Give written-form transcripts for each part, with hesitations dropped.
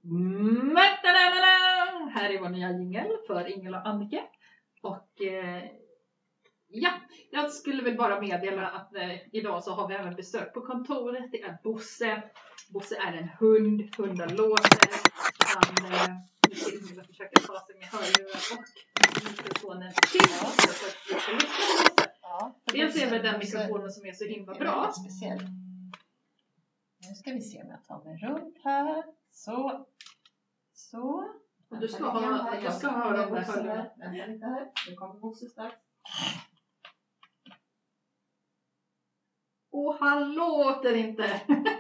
Här är vår nya jingle för Ingela och Annike. Och ja, jag skulle väl bara meddela att idag så har vi även besök på kontoret. Det är Bosse. Bosse är en hund. Hundar låter. Han nu försöker ta sig med hörlurar och mikrofonen till. Dels är väl den mikrofonen som är så himla bra. Speciell. Nu ska vi se om jag tar mig runt här. Så. Och du ska ha, jag ska ha de där hörlurarna. Vänta lite här. Nu kommer Bosse strax. Och han låter inte.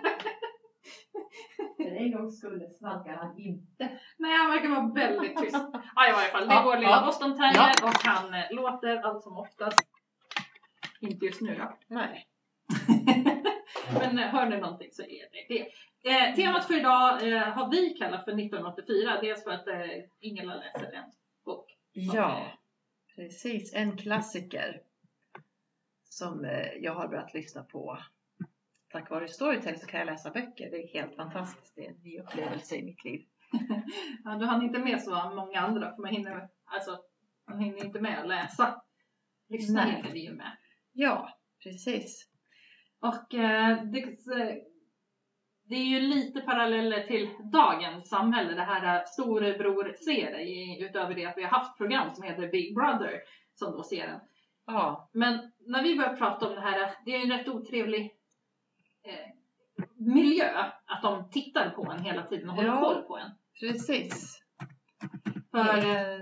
För en gång skulle svalkar han inte. Nej, han verkar vara väldigt tyst. Ja, i varje fall. Det är vår lilla Boston Terrier och han låter allt som oftast. Inte just nu då. Nej. Men hör ni någonting så är det. Temat för idag har vi kallat för 1984. Dels för att Ingela läser en bok. Ja, precis. En klassiker. Som jag har börjat lyssna på. Tack vare Storytel så kan jag läsa böcker. Det är helt fantastiskt. Det är en ny upplevelse i mitt liv. Ja, du hann inte med så många andra. För man hinner inte med att läsa. Lyssna hinner vi ju med. Ja, precis. Och det är ju lite paralleller till dagens samhälle. Det här storebror ser dig. Utöver det att vi har haft program som heter Big Brother. Som då ser den. Ja. Men när vi börjar prata om det här. Det är en rätt otrevlig miljö. Att de tittar på en hela tiden och håller koll på en. Precis. För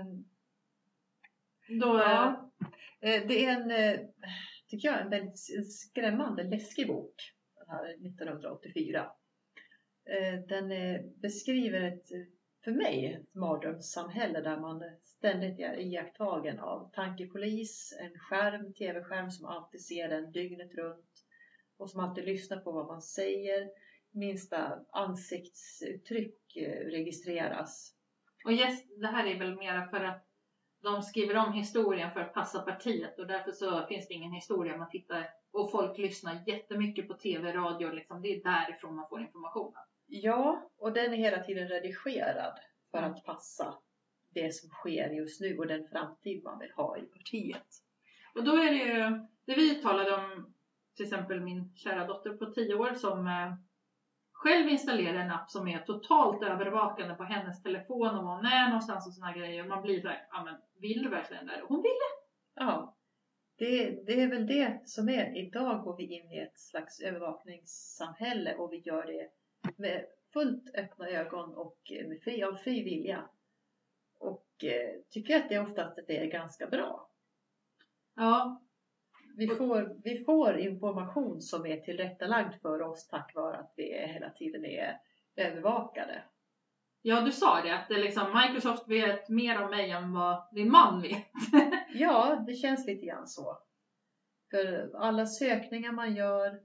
då... Ja. Det är tycker jag, en väldigt skrämmande, läskig bok. Den här 1984. Den beskriver för mig ett mardrömssamhälle där man ständigt är iakttagen av tankepolis, en tv-skärm som alltid ser en dygnet runt och som alltid lyssnar på vad man säger. Minsta ansiktsuttryck registreras. Och det här är väl mera för att de skriver om historien för att passa partiet och därför så finns det ingen historia man tittar och folk lyssnar jättemycket på tv, radio liksom. Det är därifrån man får informationen. Ja, och den är hela tiden redigerad för att passa det som sker just nu och den framtid man vill ha i partiet. Och då är det ju, det vi talade om, till exempel min kära dotter på 10 år som själv installerar en app som är totalt övervakande på hennes telefon och var hon är någonstans och såna grejer. Och man blir så här, ja men vill du verkligen det? Och hon ville. Ja, det är väl det som är. Idag går vi in i ett slags övervakningssamhälle och vi gör det med fullt öppna ögon och med fri vilja. Och tycker att det oftast att det är ganska bra. Ja. Vi får information som är tillrättalagd för oss tack vare att vi hela tiden är övervakade. Ja, du sa det. Att det liksom, Microsoft vet mer om mig än vad din man vet. Ja, det känns lite grann så. För alla sökningar man gör,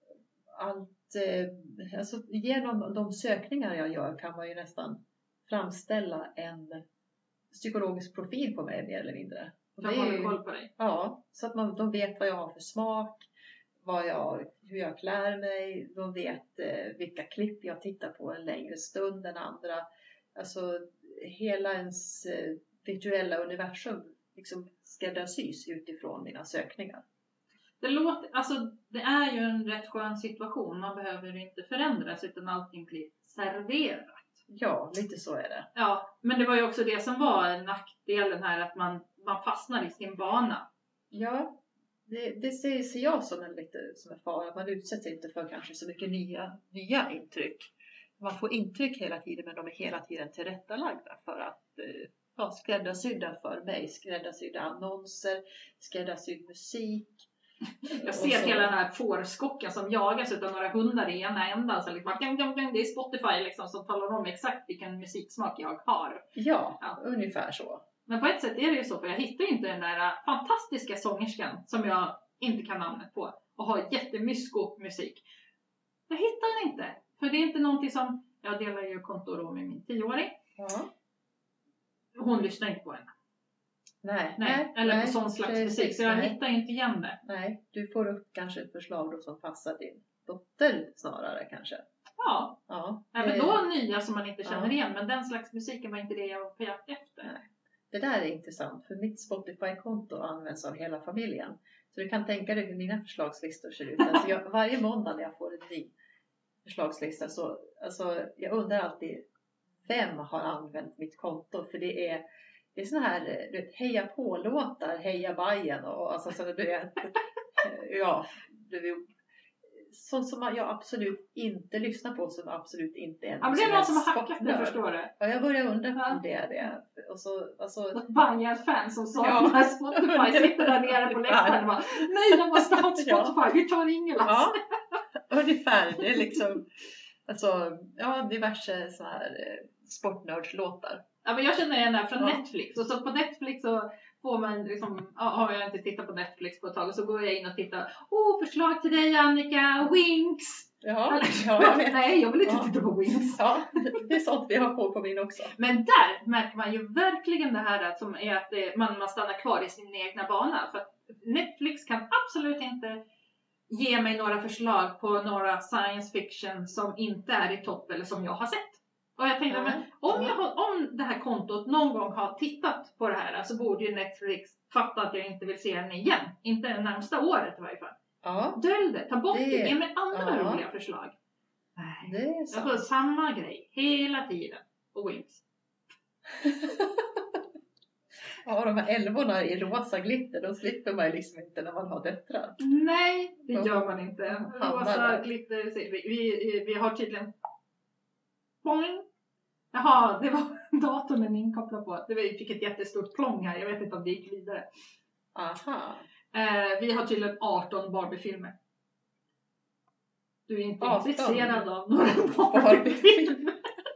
alltså genom de sökningar jag gör kan man ju nästan framställa en psykologisk profil på mig mer eller mindre. De håller koll på dig. Ja, så att de vet vad jag har för smak, hur jag klär mig, de vet vilka klipp jag tittar på en längre stund än andra. Alltså hela ens virtuella universum liksom skräddarsys utifrån mina sökningar. Det är ju en rätt skön situation. Man behöver inte förändras utan allting blir serverat. Ja, lite så är det. Ja, men det var ju också det som var nackdelen här, att man fastnar i sin bana. Ja, det ser jag som en fara. Man utsätts inte för kanske så mycket nya intryck. Man får intryck hela tiden, men de är hela tiden tillrättalagda för att skräddarsydda för mig. Skräddarsydda annonser, skräddarsydd musik. Jag ser hela den här fårskocken som jagas av några hundar i ena ändan. Så liksom, det är Spotify liksom, som talar om exakt vilken musiksmak jag har. Ja, ungefär så. Men på ett sätt är det ju så, för jag hittar inte den där fantastiska sångerskan som jag inte kan namnet på och har jättemysko musik. Jag hittar den inte. För det är inte någonting som, jag delar ju konto då med min 10-åring. Ja. Hon lyssnar inte på henne. Nej. Eller på sån slags musik. Så jag hittar inte igen det. Nej, du får upp kanske ett förslag då som passar din dotter snarare kanske. Ja. Ja, Även då nya som man inte känner igen. Men den slags musiken var inte det jag var på jakt efter. Nej. Det där är intressant. För mitt Spotify-konto används av hela familjen. Så du kan tänka dig hur mina förslagslistor ser ut. Alltså varje måndag när jag får en ny förslagslista så alltså, jag undrar alltid vem har använt mitt konto. För det är såna här du vet, heja på-låtar, heja Bajen och alltså så du vet, ja, sånt som jag absolut inte lyssnar på, som absolut inte är. Ja, men det är någon som har hackat det, förstår du. Ja, jag börjar undra om det är det. Och så, alltså, något Bajen-fan som saknar Spotify sitter där nere på läktaren och bara, nej, jag måste ha ett Spotify, vi tar Ingela. Ja, ungefär. Det är liksom, alltså, ja, diverse så här sportnördslåtar. Ja, men jag känner igen det här från Netflix. Och så på Netflix så får man liksom, har jag inte tittat på Netflix på ett tag. Och så går jag in och tittar. Förslag till dig Annika, Winx. Ja, jag vet. Nej, jag vill inte titta på Winx. Ja, det är sånt vi har på min också. Men där märker man ju verkligen det här som är att man stannar kvar i sin egna bana. För att Netflix kan absolut inte ge mig några förslag på några science fiction som inte är i topp eller som jag har sett. Och jag tänkte, men om det här kontot någon gång har tittat på det här så borde ju Netflix fatta att jag inte vill se den igen. Inte det närmsta året i varje fall. Ja. Dölj det, ta bort det, ge mig andra roliga förslag. Nej, det är sant. Jag får samma grej hela tiden. Och Winx. Ja, de här älvorna i rosa glitter, de slipper man liksom inte när man har döttrar. Nej, det gör man inte. Rosa glitter, vi har tydligen... Boing. Jaha, det var datorn inkopplad på. Vi fick ett jättestort plång här. Jag vet inte om det gick vidare. Aha. Vi har tydligen 18 Barbie-filmer. Du är inte intresserad av några Barbie-filmer.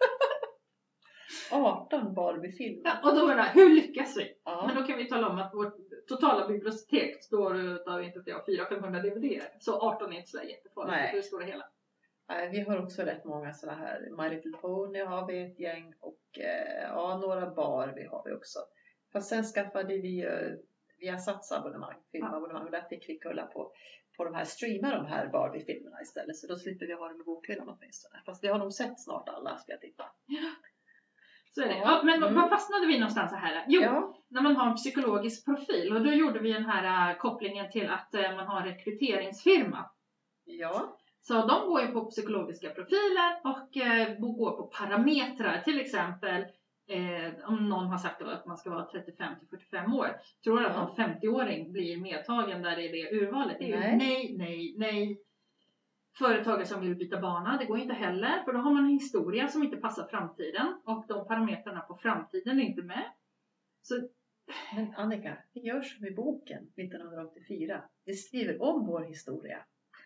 18 Barbie-filmer. Ja, och då är det hur lyckas vi? Ja. Men då kan vi tala om att vårt totala bibliotek står av inte 400-500 DVD. Så 18 är inte så jättefarligt. Det står det hela. Vi har också rätt många sådana här. My Little Pony har vi ett gäng. Och några Barbie har vi också. Fast sen skaffade vi har satsabonnemang, filmabonnemang. Och där fick vi kulla på de här, streama de här Barbie-filmerna istället. Så då slipper vi ha dem i bokhyllan åtminstone. Fast vi har nog sett snart alla, ska jag titta. Så är det. Ja, men vad fastnade vi någonstans så här? Jo, när man har en psykologisk profil. Och då gjorde vi den här kopplingen till att man har en rekryteringsfirma. Ja. Så de går ju på psykologiska profiler och går på parametrar. Till exempel om någon har sagt att man ska vara 35-45 år. Tror du att någon 50-åring blir medtagen där i det urvalet? Det är ju nej. Företagare som vill byta bana, det går inte heller. För då har man en historia som inte passar framtiden. Och de parametrarna på framtiden är inte med. Så... Men Annika, det görs som i boken 1984. Det skriver om vår historia.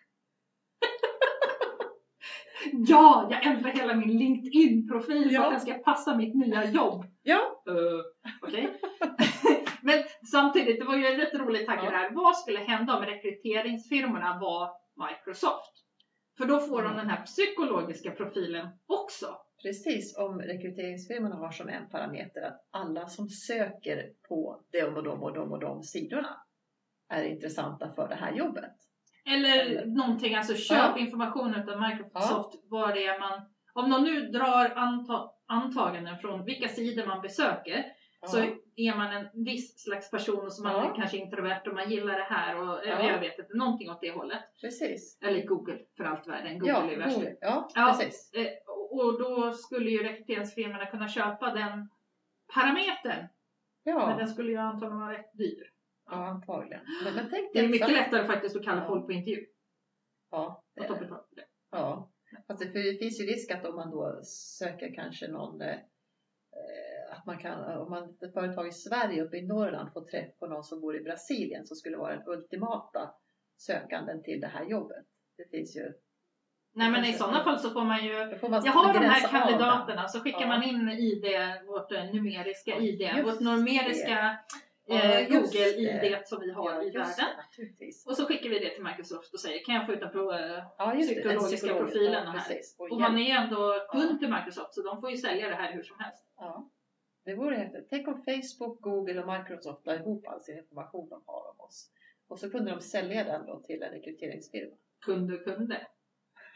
Ja, jag ändrar hela min LinkedIn-profil för att den ska passa mitt nya jobb. Ja. Okej. Men samtidigt, det var ju en rätt rolig tanke här. Vad skulle hända om rekryteringsfirmorna var Microsoft? För då får de den här psykologiska profilen också. Precis, om rekryteringsfirmorna har som en parameter att alla som söker på de sidorna är intressanta för det här jobbet. Eller någonting, alltså köp information av Microsoft. Vad det är man, om de nu drar antaganden från vilka sidor man besöker. Så är man en viss slags person som man är kanske introvert och man gillar det här. Och jag vet inte, någonting åt det hållet. Precis. Eller Google för allt världen. Google är värst. Ja, precis. Och då skulle ju rekryteringsfirmorna kunna köpa den parametern. Ja. Men den skulle ju antagligen vara rätt dyr. Ja, antagligen. Men tänk det är mycket lättare faktiskt att kalla folk på intervju. Ja. Ja. Alltså, för det finns ju risk att om man då söker kanske någon... att man kan, om man ett företag i Sverige uppe i Norrland får träff på någon som bor i Brasilien så skulle vara den ultimata sökanden till det här jobbet. Det finns ju... Nej, men i sådana fall så får man ju... Jag har de här kandidaterna så skickar man in ID, vårt numeriska ID, vårt numeriska Google-ID som vi har i världen. Och så skickar vi det till Microsoft och säger, kan jag få ut på psykologiska profilen här? Och man är ändå kund till Microsoft så de får ju sälja det här hur som helst. Ja. Det vore häftigt. Tänk om Facebook, Google och Microsoft la ihop all sin information de har om oss. Och så kunde de sälja den då till en rekryteringsfirma. Kunde.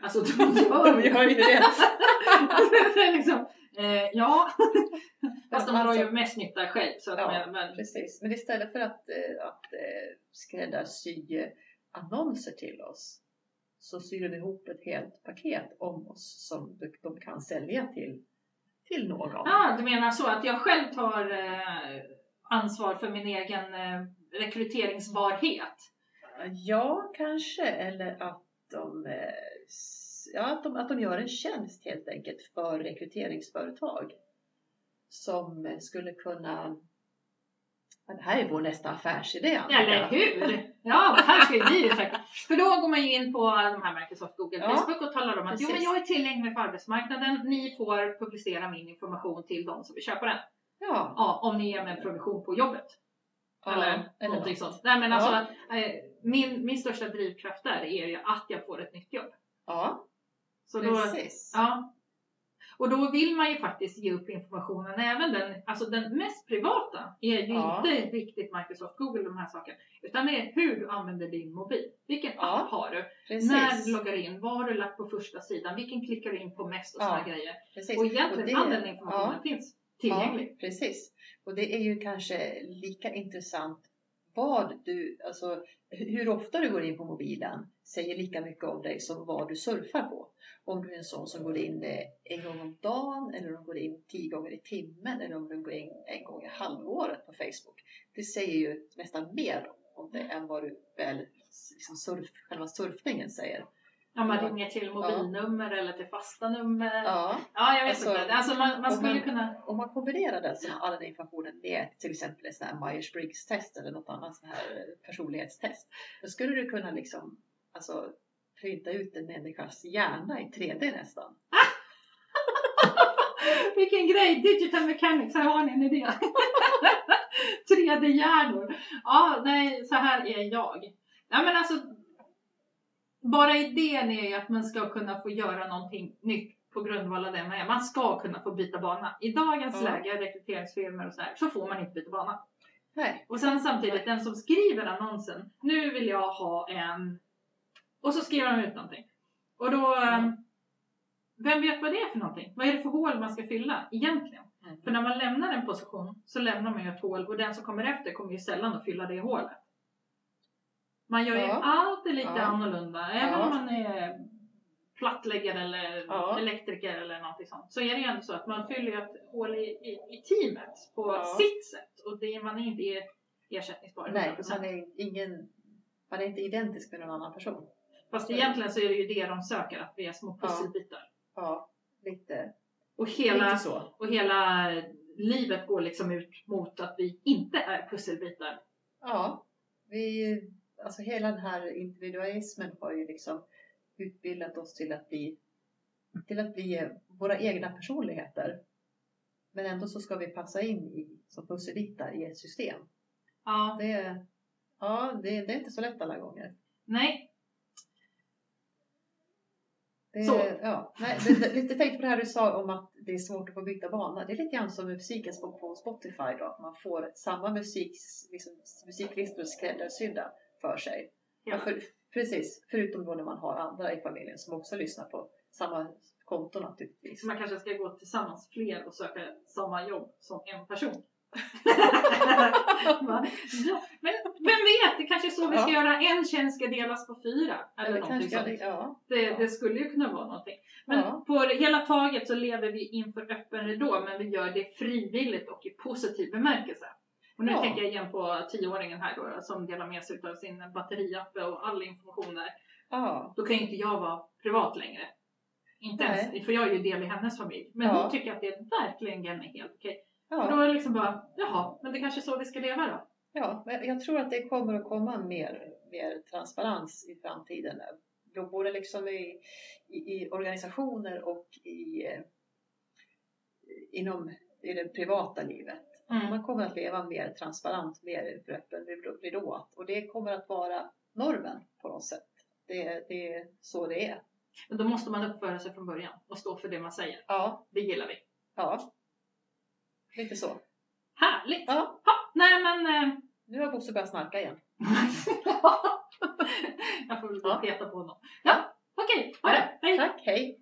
Alltså de gör ju det. det är liksom, ja. Fast de drar ju Alltså, mest nytta själv. Så att ja, men precis. Men istället för att skräddarsy annonser till oss, så syr de ihop ett helt paket om oss som de kan sälja till någon. Ja, du menar så att jag själv tar ansvar för min egen rekryteringsbarhet? Ja, kanske. Eller att de gör en tjänst helt enkelt för rekryteringsföretag som skulle kunna... Det här är vår nästa affärsidé. Eller hur? Ja, det här ska ju bli säkert. För då går man ju in på de här Microsoft, Google, Facebook och talar om att men jag är tillgänglig för arbetsmarknaden. Ni får publicera min information till de som vill köpa den. Ja, om ni ger mig en provision på jobbet. Eller någonting sånt. Nej, men alltså, min största drivkraft där är ju att jag får ett nytt jobb. Ja, så precis. Då, ja. Och då vill man ju faktiskt ge upp informationen. Även den mest privata är ju inte riktigt Microsoft, Google, de här sakerna. Utan det är hur du använder din mobil. Vilken app har du? Precis. När du loggar in? Vad har du lagt på första sidan? Vilken klickar du in på mest och sådana grejer? Precis. Och egentligen all den informationen finns tillgänglig. Ja, precis. Och det är ju kanske lika intressant hur ofta du går in på mobilen säger lika mycket om dig som vad du surfar på. Om du är en sån som går in en gång om dagen, eller om du går in 10 gånger i timmen, eller om du går in en gång i halvåret på Facebook. Det säger ju nästan mer om det än vad du väl själva surfningen säger. Ja, man ringer till mobilnummer eller till fasta nummer. Ja, jag vet inte. Alltså man skulle kunna... Om man kombinerar all den informationen med till exempel en sån här Myers-Briggs-test eller något annat sån här personlighetstest. Då skulle du kunna printa ut en människas hjärna i 3D nästan. Vilken grej! Digital Mechanics, här har ni en idé. 3D-hjärnor. Ja, nej, så här är jag. Ja, men alltså... Bara idén är ju att man ska kunna få göra någonting nytt på grundval av det man är. Man ska kunna få byta bana. I dagens läge, rekryteringsfirmor och så här, så får man inte byta bana. Nej. Och sen samtidigt, den som skriver annonsen, nu vill jag ha en... Och så skriver de ut någonting. Och då... Vem vet vad det är för någonting? Vad är det för hål man ska fylla egentligen? För när man lämnar en position så lämnar man ju ett hål. Och den som kommer efter kommer ju sällan att fylla det hålet. Man gör ju alltid lite annorlunda. Även om man är plattläggare eller elektriker eller någonting sånt. Så är det ju ändå så att man fyller ett hål i teamet på sitt sätt. Och man är inte ersättningsbar. Nej, man är inte identisk med någon annan person. Fast egentligen så är det ju det de söker. Att vi är små pusselbitar. Ja, lite. Och hela livet går liksom ut mot att vi inte är pusselbitar. Ja, hela den här individualismen har ju liksom utbildat oss till att bli våra egna personligheter. Men ändå så ska vi passa in som pusselbitar i ett system. Ja. Det är inte så lätt alla gånger. Nej. Lite tänkt på det här du sa om att det är svårt att få byta bana. Det är lite grann som med musiken på Spotify då. Att man får samma musiklistor skräddarsydda för sig. Ja. Precis, förutom då när man har andra i familjen som också lyssnar på samma konto naturligtvis. Man kanske ska gå tillsammans fler och söka samma jobb som en person. Men vem vet, det kanske är så vi ska göra. En tjänst ska delas på 4 eller någonting sånt. Det skulle ju kunna vara någonting. Men på hela taget så lever vi inför öppen ridå, men vi gör det frivilligt och i positiv bemärkelse. Och nu tänker jag igen på 10-åringen här då, som delar med sig av sin batteriapp och all information där. Då kan ju inte jag vara privat längre. Inte ens, för jag är ju del i hennes familj. Men hon tycker att det verkligen är helt okej. Och då är det liksom bara, men det kanske är så vi ska leva då. Ja, men jag tror att det kommer att komma mer transparens i framtiden. Både liksom i organisationer och inom det privata livet. Man kommer att leva mer transparent, mer för öppen ridå. Och det kommer att vara normen på något sätt. Det är så det är. Men då måste man uppföra sig från början och stå för det man säger. Ja. Det gillar vi. Ja. Lite så. Härligt. Ja. Nej men... Nu har Bosse börjat snarka igen. Jag får väl peta på honom. Ja, Okej, ha det! Hej! Tack, hej!